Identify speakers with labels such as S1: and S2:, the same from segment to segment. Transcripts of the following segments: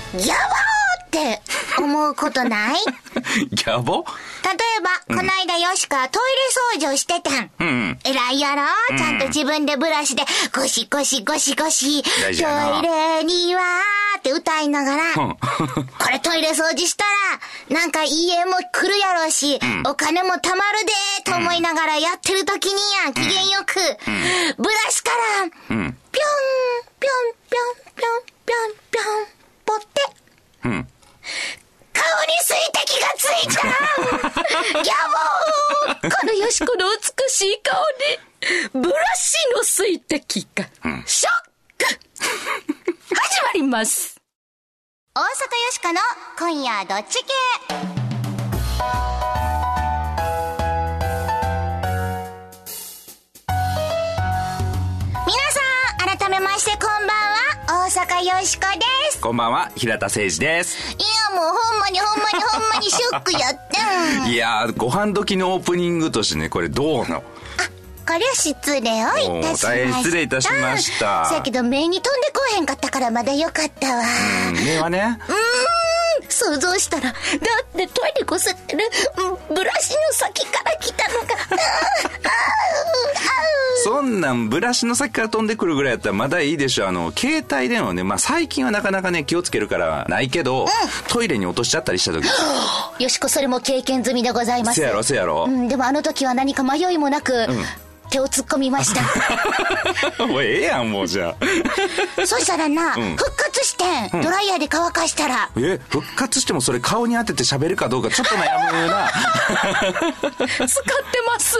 S1: ギャボーって思うことない？
S2: ギャボ？
S1: 例えば、この間よしかトイレ掃除をしてたん。偉いやろ、ちゃんと自分でブラシでゴシゴシゴシゴシ、トイレにはーって歌いながら、これトイレ掃除したら、なんかいい絵も来るやろうし、お金も貯まるでーと思いながらやってる時にやん、機嫌よく、ブラシから、ぴょん、ぴょん、ぴょん、ぴょん、ぴょん、ぴょん、ぴょん、ぽって、顔に水滴がついたギャボー。
S3: このよしこの美しい顔にブラシの水滴が、ショック始まります。
S1: 大阪よしこの今夜どっち系。皆さん改めましてこんばんは、大阪よしこです。
S2: こんばんは、平田誠二です。
S1: いやもうほんまにショックやった
S2: いやー、ご飯時のオープニングとしてね、これどうの？
S1: これは失礼をいたしました。
S2: 大変失礼いたしました。
S1: そやけど目に飛んでこへんかったからまだよかったわ。
S2: 目はね。
S3: 想像したら、だってトイレこすってるブラシの先から来たのが、
S2: そんなんブラシの先から飛んでくるぐらいやったらまだいいでしょ。携帯電話ね、まあ最近はなかなかね気をつけるからないけど、トイレに落としちゃったりした時
S3: よしこそれも経験済みでございます。
S2: せやろ、
S3: でもあの時は何か迷いもなく、手を突っ込みました
S2: もうええやん、もうじゃ
S1: あそしたらな、復活して、ドライヤーで乾かしたら、
S2: 復活してもそれ顔に当てて喋るかどうかちょっと悩むな
S3: 使ってます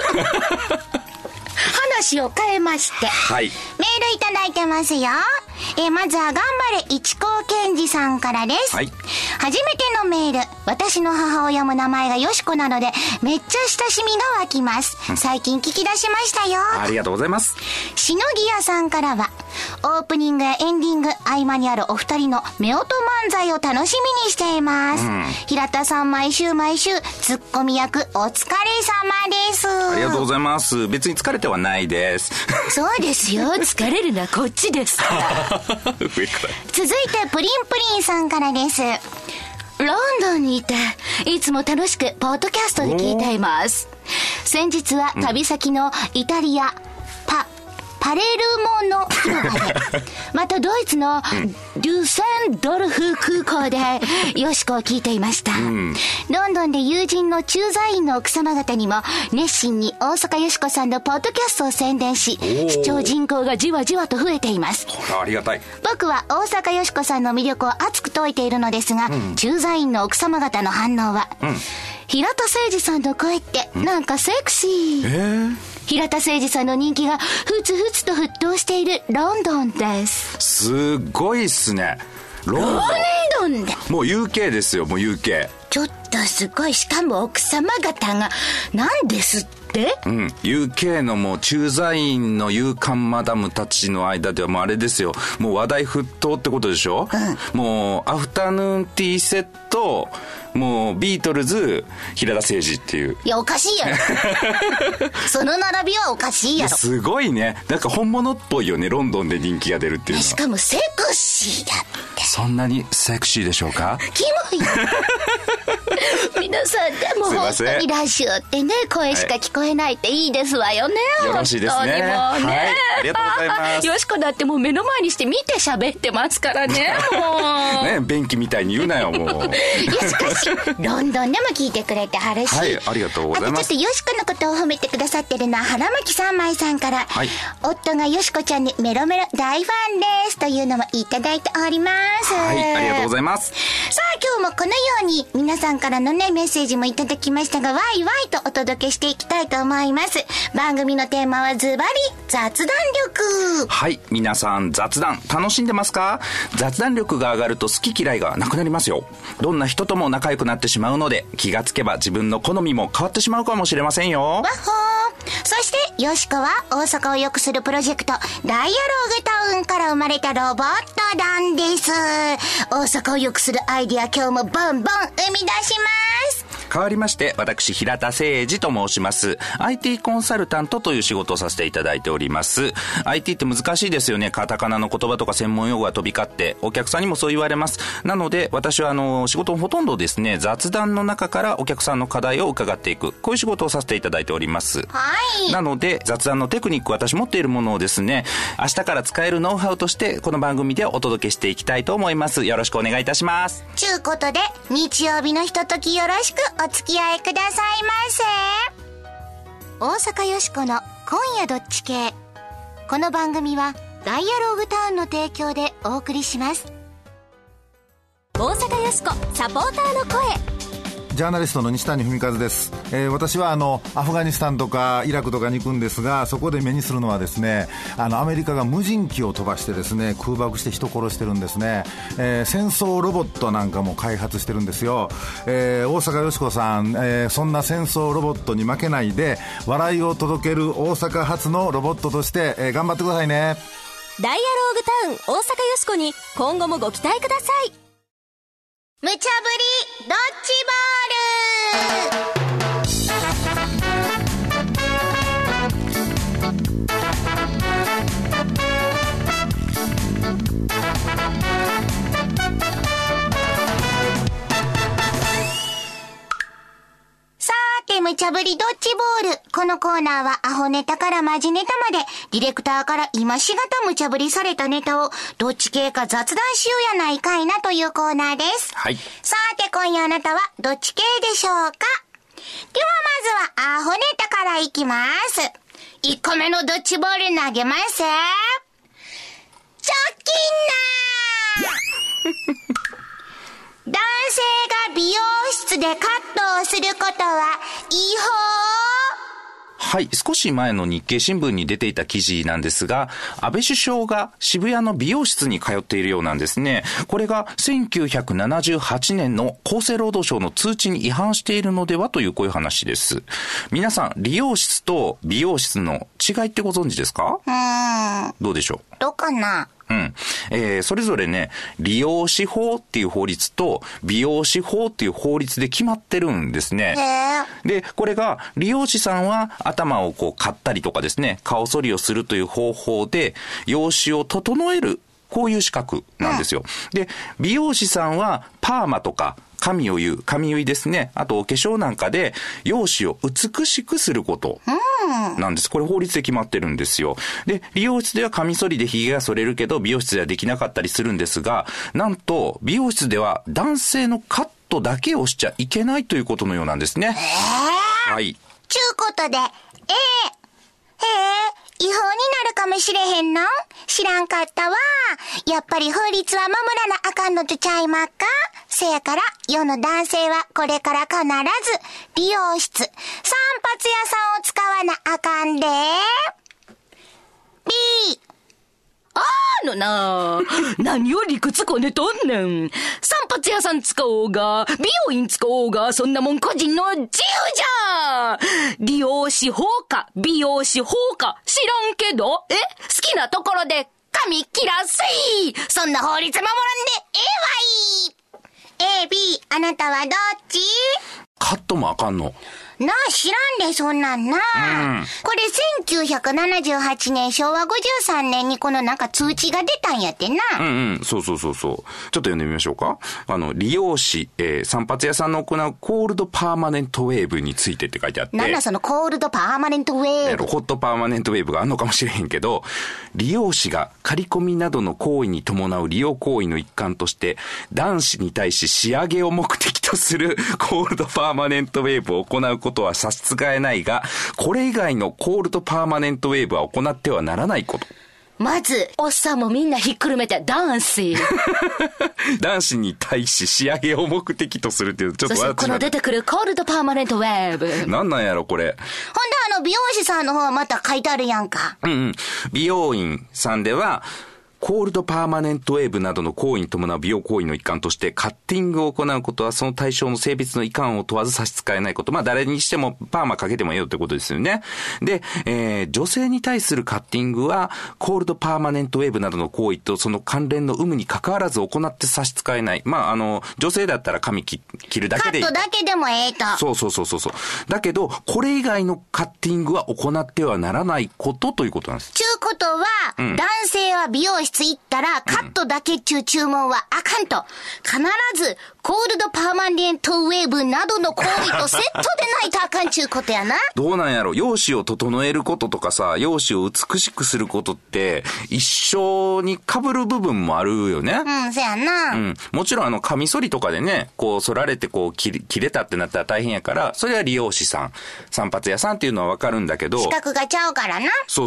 S3: 話を変えまして、
S2: はい、
S1: メールいただいてますよ。まずは頑張れ一高健二さんからです、
S2: はい、
S1: 初めてのメール。私の母親も名前がよしこなのでめっちゃ親しみが湧きます、最近聞き出しましたよ。
S2: ありがとうございます。
S1: しのぎやさんからは、オープニングやエンディング合間にあるお二人の夫婦漫才を楽しみにしています、平田さん毎週ツッコミ役お疲れ様です。
S2: ありがとうございます。別に疲れてはないです
S3: そうですよ、疲れるのはこっちですから
S2: 上から
S1: 続いてプリンプリンさんからです。
S3: ロンドンにいていつも楽しくポッドキャストで聞いています。先日は旅先のイタリア、パレルモの広場でまたドイツのデュセンドルフ空港でよしこを聞いていました、ロンドンで友人の駐在員の奥様方にも熱心に大阪よしこさんのポッドキャストを宣伝し、視聴人口がじわじわと増えています。
S2: ありがたい。
S1: 僕は大阪よしこさんの魅力を熱く説いているのですが、駐在員の奥様方の反応は、平田誠二さんの声ってなんかセクシー、平田誠二さんの人気がふつふつと沸騰しているロンドンです。
S2: すごいっすね、ロンドンでもう UK ですよ、もう UK。
S3: ちょっとすごい。しかも奥様方がなんですって、
S2: UK のもう駐在員の勇敢マダムたちの間ではもうあれですよ、もう話題沸騰ってことでしょ、もうアフタヌーンティーセット、もうビートルズ、平田誠二っていう。
S1: いやおかしいやろその並びはおかしいやろ。
S2: すごいね、なんか本物っぽいよね、ロンドンで人気が出るっていうのは。
S1: しかもセクシーだって。
S2: そんなにセクシーでしょうか。
S1: キモい
S3: 皆さんでも本当にラジオってね、声しか聞こえないっていいですわよね、
S2: よろしいですね。
S3: 本当にもうね、
S2: はい、ありがとうございます
S3: よしこだってもう目の前にして見て喋ってますからねもう
S2: ね、便器みたいに言うなよもう
S1: いやしかしロンドンでも聞いてくれてはるし、
S2: はい、ありがとうございます。
S1: あとちょっとよしこのことを褒めてくださってるのは腹巻三昧さんから、夫がよしこちゃんにメロメロ大ファンですというのもいただいております。
S2: はい、ありがとうございます。
S1: さあ今日もこのように皆さんからのねメッセージもいただきましたが、ワイワイとお届けしていきたいと思います。番組のテーマはズバリ雑談力。
S2: はい、皆さん雑談楽しんでますか？雑談力が上がると好き嫌いがなくなりますよ。どんな人とも仲良くなってしまうので、気がつけば自分の好みも変わってしまうかもしれませんよ。
S1: わっほー。そしてよしこは大阪を良くするプロジェクトダイアローグタウンから生まれたロボットなんです。大阪を良くするアイディア今日もボンボン生み出します。
S2: 変わりまして私平田誠二と申します。 IT コンサルタントという仕事をさせていただいております。 IT って難しいですよね。カタカナの言葉とか専門用語が飛び交ってお客さんにもそう言われます。なので私は仕事のほとんどですね、雑談の中からお客さんの課題を伺っていく、こういう仕事をさせていただいております。
S1: はい。
S2: なので雑談のテクニック、私持っているものをですね、明日から使えるノウハウとしてこの番組でお届けしていきたいと思います。よろしくお願いいたします。
S1: ちゅうことで日曜日のひとときよろしくお付き合いくださいませ。大阪よしこの今夜どっち系。この番組はダイアログタウンの提供でお送りします。
S4: 大阪よしこサポーターの声。
S5: ジャーナリストの西谷文和です。私はアフガニスタンとかイラクとかに行くんですが、そこで目にするのはですね、アメリカが無人機を飛ばしてですね、空爆して人殺してるんですね。戦争ロボットなんかも開発してるんですよ。大阪よしこさん、そんな戦争ロボットに負けないで笑いを届ける大阪発のロボットとして、頑張ってくださいね。
S4: ダイアローグタウン大阪よしこに今後もご期待ください。
S1: 無茶ぶりドッジボール。さーて、無茶ぶりドッジボール。このコーナーはアホネタからマジネタまで、ディレクターから今しがた無茶ぶりされたネタをどっち系か雑談しようやないかいなというコーナーです。
S2: はい。
S1: さーて、今夜あなたはどっち系でしょうか。ではまずはアホネタからいきます。1個目のドッジボール投げます。チョキンナー男性が美容室でカットをすることは違法？
S2: はい、少し前の日経新聞に出ていた記事なんですが、安倍首相が渋谷の美容室に通っているようなんですね。これが1978年の厚生労働省の通知に違反しているのではというこういう話です。皆さん、理容室と美容室の違いってご存知ですか？どうでしょう？
S1: どうかな？
S2: それぞれね、理容師法っていう法律と美容師法っていう法律で決まってるんですね。で、これが理容師さんは頭をこう刈ったりとかですね、顔剃りをするという方法で容姿を整える、こういう資格なんですよ。で、美容師さんはパーマとか髪結いですね。あとお化粧なんかで容姿を美しくすることなんです。これ法律で決まってるんですよ。で、理容室ではカミソリで髭が剃れるけど美容室ではできなかったりするんですが、なんと美容室では男性のカットだけをしちゃいけないということのようなんですね。はい。
S1: ちゅうことで、違法になるかもしれへんの？知らんかったわ。やっぱり法律は守らなあかんのとちゃいまっか？せやから、世の男性はこれから必ず美容室、散髪屋さんを使わなあかんで。B。
S6: 何を理屈こねとんねん。散髪屋さん使おうが、美容院使おうが、そんなもん個人の自由じゃ。理容師法か、美容師法か、知らんけど、好きなところで髪切らせい。そんな法律守らんで
S1: A、B、あなたはどっち？
S2: カットもあかんの？
S1: なあ、知らんで、そんなんな。これ1978年、昭和53年にこのなんか通知が出たんやってな。
S2: そう。ちょっと読んでみましょうか。理容師、散髪屋さんの行うコールドパーマネントウェーブについてって書いてあって。
S1: なんだそのコールドパーマネントウェーブ。
S2: ホットパーマネントウェーブがあるのかもしれへんけど、理容師が刈り込みなどの行為に伴う利用行為の一環として、男子に対し仕上げを目的とするコールドパーマネントウェーブを行うことは差し支えないが、これ以外のコールドパーマネントウェーブは行ってはならないこと。
S6: まず、おっさんもみんなひっくるめて男子。
S2: 男子に対し仕上げを目的とするっていう、ちょっと
S6: そしてこの出てくるコールドパーマネントウェーブ。
S2: なんなんやろこれ。
S1: ほんで美容師さんの方はまた書いてあるやんか。
S2: 美容院さんでは、 コールドパーマネントウェーブなどの行為に伴う美容行為の一環としてカッティングを行うことはその対象の性別のいかんを問わず差し支えないこと。まあ誰にしてもパーマかけてもいいよってことですよね。で、女性に対するカッティングはコールドパーマネントウェーブなどの行為とその関連の有無に関わらず行って差し支えない。まあ女性だったら髪切るだけでいい。
S1: カットだけでもええと。
S2: そう。だけどこれ以外のカッティングは行ってはならないことということなんです。
S1: ちゅうことは、男性は美容室行ったらカットだけちゅう注文はあかんと。必ずコールドパーマネントウェーブなどの行為とセットでないとあかんちゅうことやな。
S2: どうなんやろ、容姿を整えることとかさ、容姿を美しくすることって一緒に被る部分もあるよね。
S1: そやな。
S2: もちろんカミソリとかでね、こう剃られてこう切れたってなったら大変やから、それは理容師さん、散髪屋さんっていうのはわかるんだけど、
S1: 資格がちゃうからな。
S2: そう、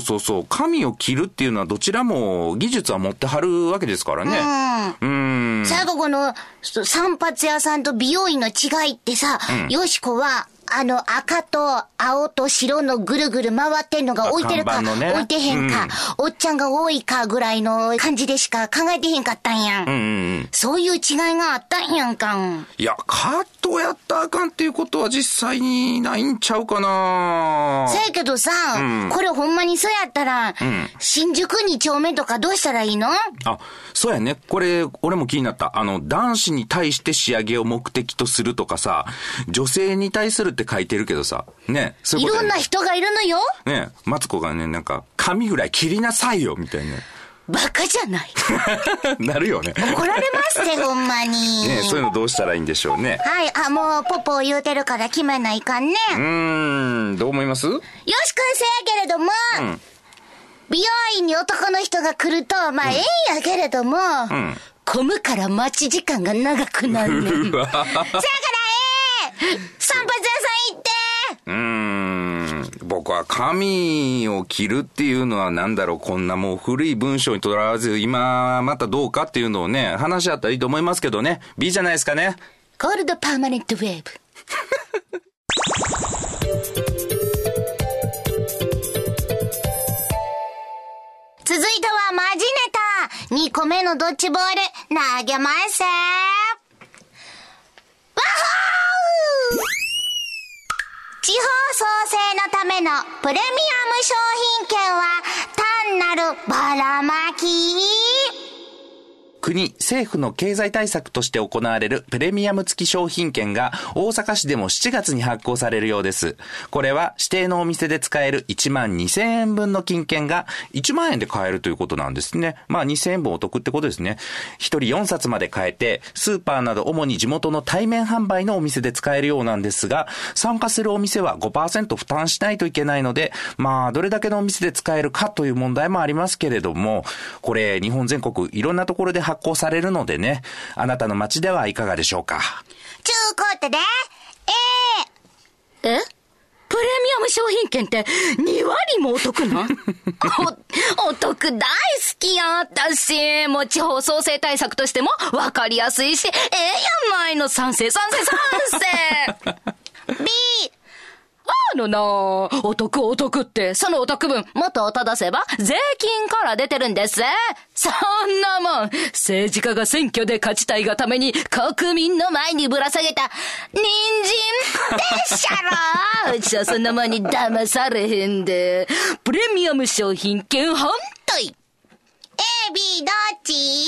S2: 髪を切るっていうのはどちらも技術は持ってはるわけですからね。
S1: 最後この散髪屋さんと美容院の違いってさ、よしこは赤と青と白のぐるぐる回ってんのが置いてるか、置いてへんか、おっちゃんが多いかぐらいの感じでしか考えてへんかったんやん。そういう違いがあったんやんかん。
S2: いや、カットやったらあかんっていうことは実際にないんちゃうかな。
S1: せやけどさ、これほんまにそうやったら、新宿2丁目とかどうしたらいいの？
S2: あ、そうやね。これ、俺も気になった。男子に対して仕上げを目的とするとかさ、女性に対するって書いてるけどさ、ね、そういうことやね。
S1: いろんな人がいるのよ。
S2: ね、マツコがね、なんか、髪ぐらい切りなさいよ、みたいな。
S1: バカじゃない。
S2: なるよね。
S1: 怒られますって、ほんまに。
S2: ね、そういうのどうしたらいいんでしょうね。
S1: はい、もう、ポポ言うてるから決めないかんね。
S2: どう思います？
S1: よしくんせやけれども、美容院に男の人が来ると、まあ、ええんやけれども、混むから待ち時間が長くなるねん。せやから散髪屋さん行って。
S2: 僕は髪を切るっていうのはなんだろう、こんなもう古い文章にとらわず今またどうかっていうのをね、話し合ったらいいと思いますけどね。B じゃないですかね。
S1: コールドパーマネントウェーブ。続いてはマジネタ。2個目のドッジボール投げますせー。地方創生のためのプレミアム商品券は単なるばらまき。
S2: 国、政府の経済対策として行われるプレミアム付き商品券が大阪市でも7月に発行されるようです。これは指定のお店で使える1万2000円分の金券が1万円で買えるということなんですね。まあ2000円分お得ってことですね。1人4冊まで買えて、スーパーなど主に地元の対面販売のお店で使えるようなんですが、参加するお店は 5% 負担しないといけないので、まあどれだけのお店で使えるかという問題もありますけれども、これ日本全国いろんなところで発行されるのでね、あなたの街ではいかがでしょうか。
S1: ちゅうことで、
S6: プレミアム商品券って2割もお得なお得大好きや私。もう地方創生対策としても分かりやすいし、やんないの。賛成
S1: B。
S6: お得って、そのお得分、元を正せば、税金から出てるんです。そんなもん、政治家が選挙で勝ちたいがために、国民の前にぶら下げた、人参でっしゃろ。うちはそんなもんに騙されへんで。プレミアム商品券反対。
S1: A、B、どっち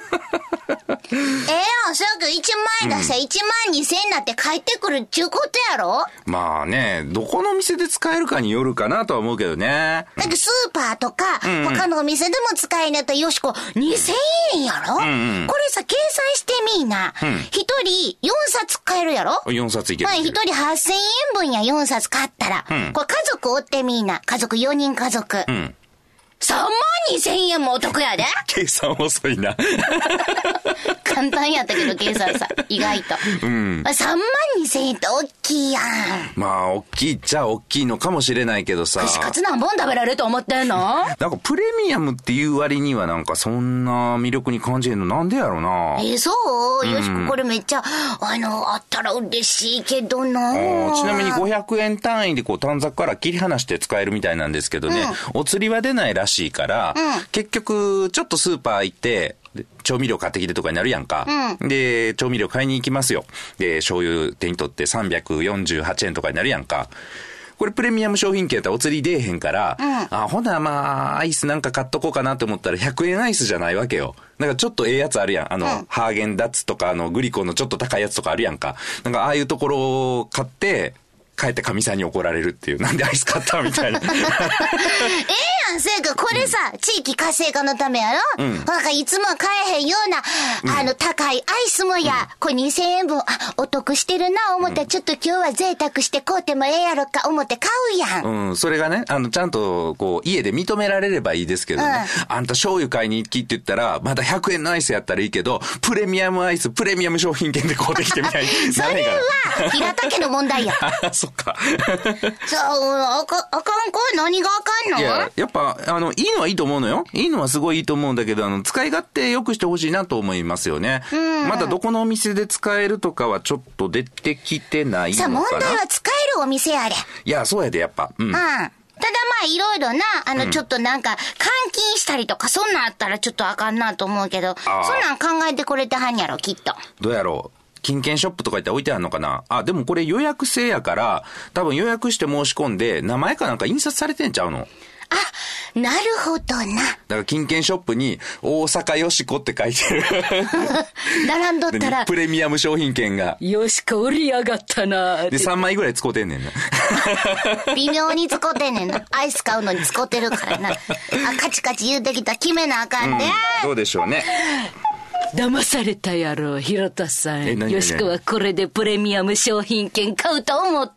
S1: そうやけど1万円出したら1万2000円になって帰ってくるっちゅうことやろ。
S2: まあね、どこの店で使えるかによるかなとは思うけどね。
S1: だけどスーパーとか、他のお店でも使えんやったらよしこ2000円やろ、これさ計算してみーな、一人4冊買えるやろ。
S2: 4冊いける。
S1: まあ一人8000円分や4冊買ったら、これ家族おってみーな、家族4人家族、3万2000円もお得やで。
S2: 計算遅いな。
S1: 簡単やったけど計算さ、意外と。3万2000円って大きいやん。
S2: まあ大きいっちゃ大きいのかもしれないけどさ、
S6: 串カツ何本食べられると思ってんの？
S2: なんかプレミアムっていう割にはなんかそんな魅力に感じへんのなんでやろな。
S1: そうよしこ、これめっちゃあったら嬉しいけどな。
S2: ちなみに500円単位でこう短冊から切り離して使えるみたいなんですけどね、お釣りは出ないらしいから、結局ちょっとスーパー行って調味料買ってきてとかになるやんか、で調味料買いに行きますよ。で醤油手に取って348円とかになるやんか。これプレミアム商品券やったらお釣り出えへんから、ほなまあアイスなんか買っとこうかなと思ったら100円アイスじゃないわけよ。なんかちょっとええやつあるやん。ハーゲンダッツとかグリコのちょっと高いやつとかあるやんか。なんかああいうところを買って帰って神さんに怒られるっていう、なんでアイス買ったみたいな。
S1: せやかこれさ、地域活性化のためやろ、なんかいつも買えへんような、高いアイスもや、これ2000円分、お得してるな思ったら、ちょっと今日は贅沢して買うてもええやろか思って買うやん。
S2: それがね、ちゃんと、こう、家で認められればいいですけどね。あんた醤油買いに行きって言ったら、まだ100円のアイスやったらいいけど、プレミアムアイス、プレミアム商品券で買うてきてみたいに。
S1: それは、平田家の問題や。
S2: そっか。
S1: あかんこれ何があかんの？
S2: いや、やっぱ、いいのはいいと思うのよ。いいのはすごいいいと思うんだけど、使い勝手良くしてほしいなと思いますよね。まだどこのお店で使えるとかはちょっと出てきてないのかな。
S1: 問題は使えるお店やれ。
S2: いや、そうやで、やっぱ。
S1: ただまあいろいろな、ちょっとなんか、監禁したりとか、そんなんあったらちょっとあかんなと思うけど、そんなん考えてくれてはんやろ、きっと。
S2: どうやろう。金券ショップとか行って置いてあるのかな。でもこれ予約制やから、多分予約して申し込んで、名前かなんか印刷されてんちゃうの？
S1: なるほどな。
S2: だから金券ショップに大阪よしこって書いてる。
S1: 並んどったら。
S2: プレミアム商品券が。
S6: よしこ売り上がったな。
S2: で、3枚ぐらい使うてんねんな。
S1: 微妙に使うてんねんな。アイス買うのに使うてるからな。カチカチ言うてきた決めなあかんで。
S2: どうでしょうね。
S6: 騙されたやろ、平田さん。
S2: 何
S6: よしこはこれでプレミアム商品券買うと思った？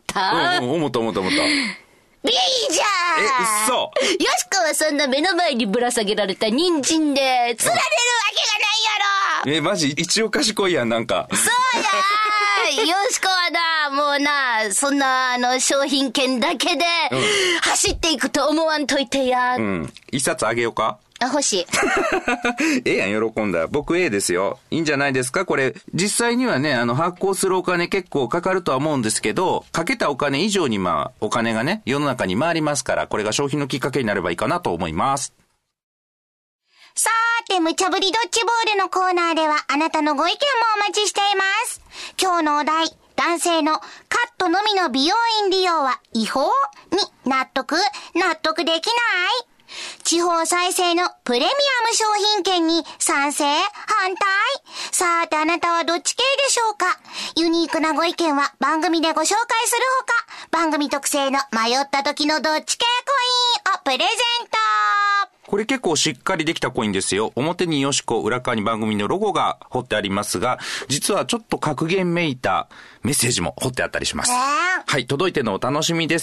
S2: 思った。
S1: いいじゃん。
S2: 嘘。
S1: よしこはそんな目の前にぶら下げられた人参で釣られるわけがないやろ。
S2: マジ一応賢いやん、なんか。
S1: そうやよしこはな、もうな、そんな商品券だけで走っていくと思わんといてや。
S2: 一冊あげようか。
S1: 欲しい。
S2: ええやん、喜んだ。僕ですよ。いいんじゃないですかこれ、実際にはね、発行するお金結構かかるとは思うんですけど、かけたお金以上にお金がね、世の中に回りますから、これが消費のきっかけになればいいかなと思います。
S1: さーて、無茶ぶりドッジボールのコーナーでは、あなたのご意見もお待ちしています。今日のお題、男性のカットのみの美容院利用は違法に納得できない？地方再生のプレミアム商品券に賛成？反対？さてあなたはどっち系でしょうか？ユニークなご意見は番組でご紹介するほか、番組特製の迷った時のどっち系コインをプレゼント。
S2: これ結構しっかりできたコインですよ。表によしこ、裏側に番組のロゴが彫ってありますが、実はちょっと格言めいたメッセージも彫ってあったりします。はい、届いてのお楽しみです。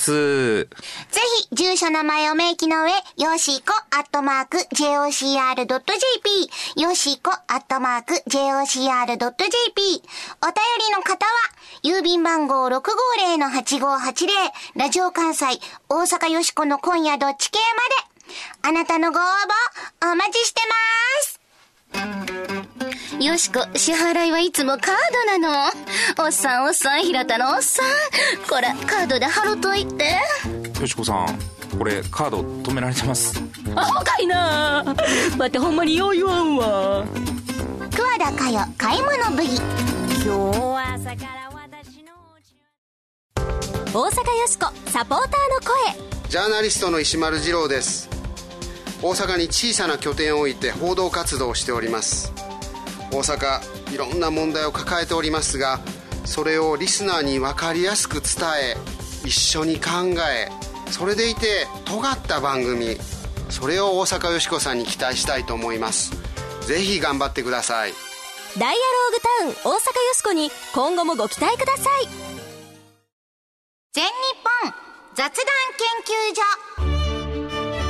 S1: ぜひ、住所名前を明記の上、よしこ@jocr.jp、よしこ@jocr.jp。お便りの方は、郵便番号 650-8580、ラジオ関西、大阪よしこの今夜どっち系まで、あなたのご応募お待ちしてます。よしこ、支払いはいつもカードなの。おっさん、平田のおっさん。これ、カードで払っといて。
S2: よしこさん、これカード止められてます。
S6: アホかいな。待って、ほんまによう言わんわ。
S1: 桑田佳代、買い物ブギ。今日は朝から私の
S4: 大阪よしこサポーターの声。
S7: ジャーナリストの石丸次郎です。大阪に小さな拠点を置いて報道活動をしております。大阪、いろんな問題を抱えておりますが、それをリスナーに分かりやすく伝え、一緒に考え、それでいて尖った番組、それを大阪よしこさんに期待したいと思います。ぜひ頑張ってください。
S4: ダイアローグタウン大阪よしこに今後もご期待ください。
S1: 全日本雑談研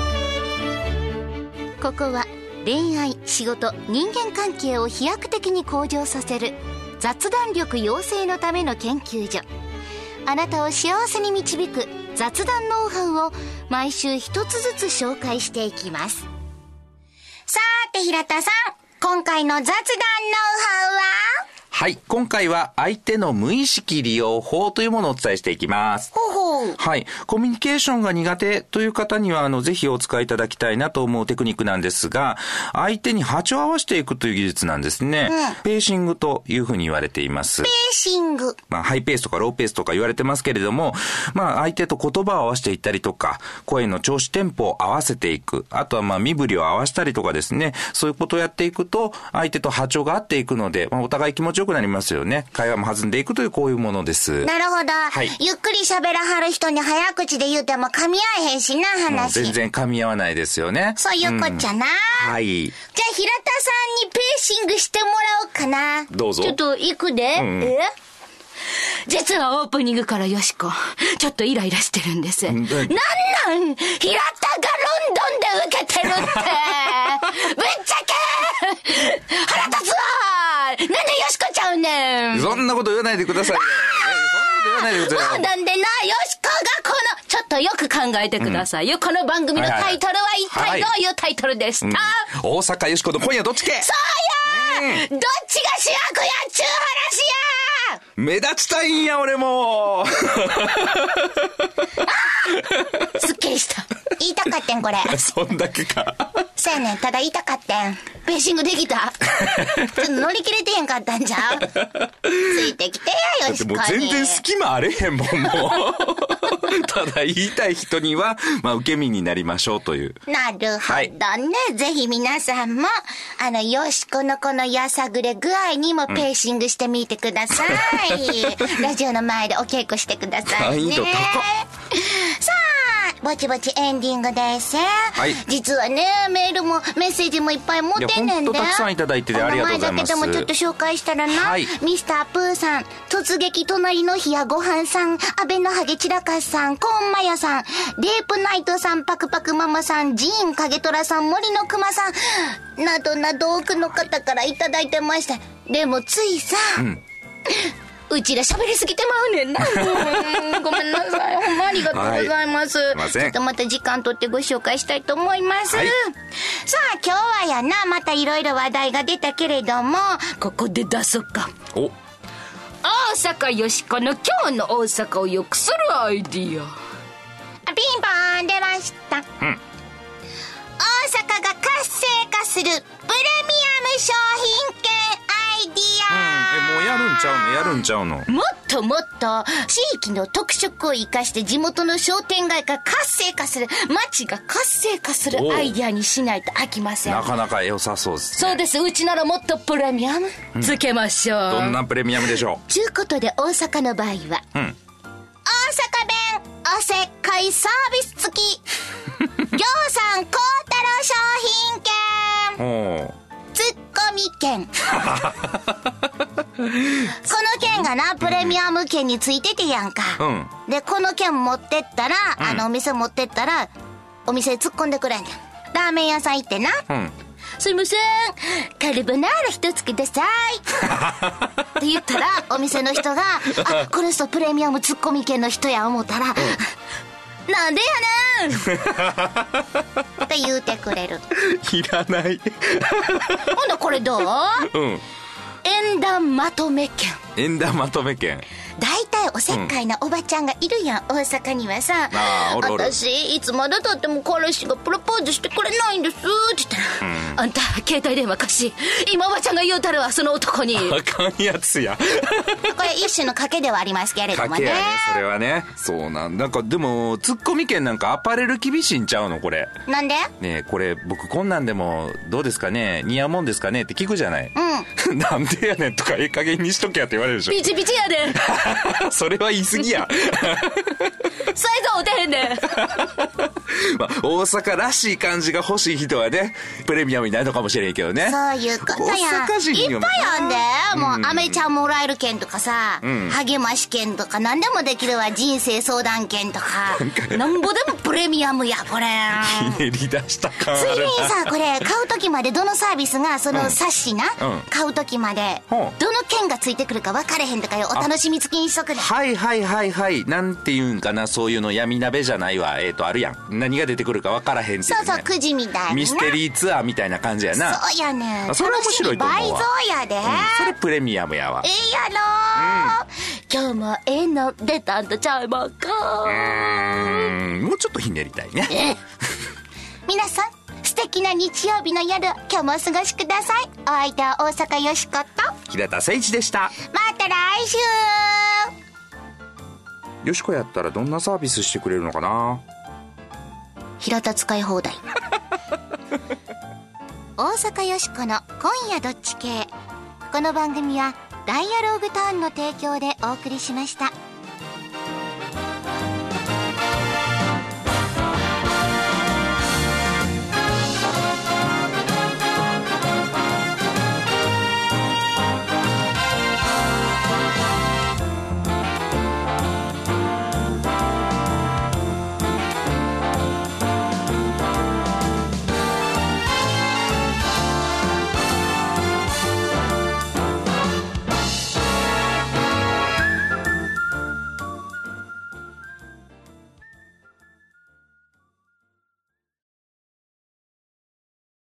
S1: 究所。ここは恋愛、仕事、人間関係を飛躍的に向上させる雑談力養成のための研究所。
S3: あなたを幸せに導く雑談ノウハウを毎週一つずつ紹介していきます。
S1: さて平田さん、今回の雑談ノウハウは？
S2: はい。今回は相手の無意識利用法というものをお伝えしていきます。
S1: ほうほう。
S2: はい。コミュニケーションが苦手という方には、ぜひお使いいただきたいなと思うテクニックなんですが、相手に波長を合わせていくという技術なんですね。ペーシングというふうに言われています。
S1: ペーシング。
S2: ハイペースとかローペースとか言われてますけれども、相手と言葉を合わせていったりとか、声の調子テンポを合わせていく。あとは身振りを合わせたりとかですね、そういうことをやっていくと、相手と波長が合っていくので、お互い気持ちよくなりますよね。会話も弾んでいくというこういうものです。
S1: なるほど。はい、ゆっくり喋らはる人に早口で言うても噛み合えへんしな、話。
S2: 全然噛み合わないですよね。
S1: そういうこっちゃな。
S2: はい。
S1: じゃあ平田さんにペーシングしてもらおうかな。
S2: どうぞ。
S3: ちょっと行くで。実はオープニングからよしこ、ちょっとイライラしてるんです。なん平田がロンドンで受けてるって。ぶっちゃけ腹立つわ。なんでよしこちゃうねん。
S2: そんなこと言わないでくださいよ。そんなこと言わないでください。
S3: なんでな、よしこがちょっとよく考えてくださいよ。この番組のタイトルは一体どういうタイトルでした？
S2: 大阪よしこの今夜どっち系。
S3: そうや、どっちが主役やっちゅう話や。
S2: 目立ちたいんや俺も
S1: すっきりした。言いたかってんこれ。
S2: そんだけか。
S1: そうやねん、ただ言いたかってん。
S3: ペーシングできた？
S1: ちょっと乗り切れてへんかったんじゃう？ついてきてや、よしこに。
S2: もう全然隙間あれへんもん、もう。ただ言いたい人には、受け身になりましょうという。
S1: なるほどね。はい、ぜひ皆さんも、よしこのこのやさぐれ具合にもペーシングしてみてください。ラジオの前でお稽古してくださいね。
S2: 難易度高っ。
S1: さあ、ぼちぼちエンディングです。はい。実はね、メールもメッセージもいっぱい持ってんねんで。
S2: たくさんいただいててありがとうございます。
S1: お名前だけでもちょっと紹介したらな。はい。ミスタープーさん、突撃隣の日やごはんさん、安倍のハゲチラカスさん、コーンマヤさん、レープナイトさん、パクパクママさん、ジーン影虎さん、森の熊さん、などなど多くの方からいただいてました。でもついさ、うちら喋りすぎてまうねんな。ごめんなさい。ほんまありがとうございます。はい、ちょっとまた時間取ってご紹介したいと思います。はい、さあ今日はやな、またいろいろ話題が出たけれども、ここで出そうか。
S6: 大阪よしこの今日の大阪を良くするアイディア。
S1: ピンポーン出ました。大阪が活性化するプレミアム商品券アイディア。
S2: もうやるんちゃうの
S1: もっともっと地域の特色を生かして地元の商店街が活性化する、街が活性化するアイディアにしないと飽きません。
S2: なかなか良さそうですね。
S6: そうです。うちならもっとプレミアムつけましょう。
S2: どんなプレミアムでしょう。
S1: ちゅうことで大阪の場合は、大阪弁おせっかいサービス付き行さん幸太郎商品券ツッコミ券この券がなプレミアム券についててやんか、でこの券持ってったら、お店持ってったらお店突っ込んでくれんねん。ラーメン屋さん行ってな、すいませんカルボナーラ一つくださいって言ったらお店の人がこの人プレミアムツッコミ券の人や思ったら、なんでやねんって言うてくれる。
S2: いらない。
S1: ほんでこれどう？縁談まとめ券。
S2: 縁談まとめ券。
S1: 大体おせっかいなおばちゃんがいるやん、大阪にはさ。
S2: おるおる。
S1: 私いつまでたっても彼氏がプロポーズしてくれないんですって言ったら、
S6: あんた携帯電話貸し、今おばちゃんが言うたるわその男に。
S2: あかんやつや。
S1: これ一種の賭けではありますけれどもね。
S2: 賭けやね、それはね。そうなんかでもツッコミ券なんかアパレル厳しいんちゃうのこれ。
S1: なんで？
S2: ねえこれ僕こんなんでもどうですかね、似合うもんですかねって聞くじゃない。なんでやねんとか加減にしとけやって言われるでしょ。
S6: ピチピチやで。
S2: それは言い過ぎや。
S6: サイズ合うてへんねん。
S2: 大阪らしい感じが欲しい人はねプレミアムになるのかもしれんけどね。
S1: そういうことや。
S2: 大阪人
S1: いっぱいあんで、もうアメちゃんもらえる券とかさ、励まし券とか何でもできるわ。人生相談券とかなんぼでもプレミアムやこれ。
S2: ひねり出した感あるな。
S1: ついでにさ、これ買う時までどのサービスがその冊子な、 買う時までどの券がついてくるか分かれへんとかよ、お楽しみ付きにしとくね。
S2: はいはいはいはい。なんていうんかな、そういうの闇鍋じゃないわ。あるやん。何が出てくるか分からへんっていう、ね。
S1: そうそう、くじみたいな。
S2: ミステリーツアーみたいな感じやな。
S1: そうやねん。
S2: それ面白いと思うわ。
S1: 楽しみ倍増やで。
S2: それプレミアムやわ。
S1: やろ
S3: 今日もの出たんとちゃいまっか。
S2: もうちょっとひねりたいね。
S1: 皆さん、素敵な日曜日の夜、今日もお過ごしください。お相手は大阪よしこと
S2: 平田誠一でした。
S1: また来週。
S2: よしこやったらどんなサービスしてくれるのかな。
S1: 平田使い放題。大阪よしこの今夜どっち系。この番組はダイアローグターンの提供でお送りしました。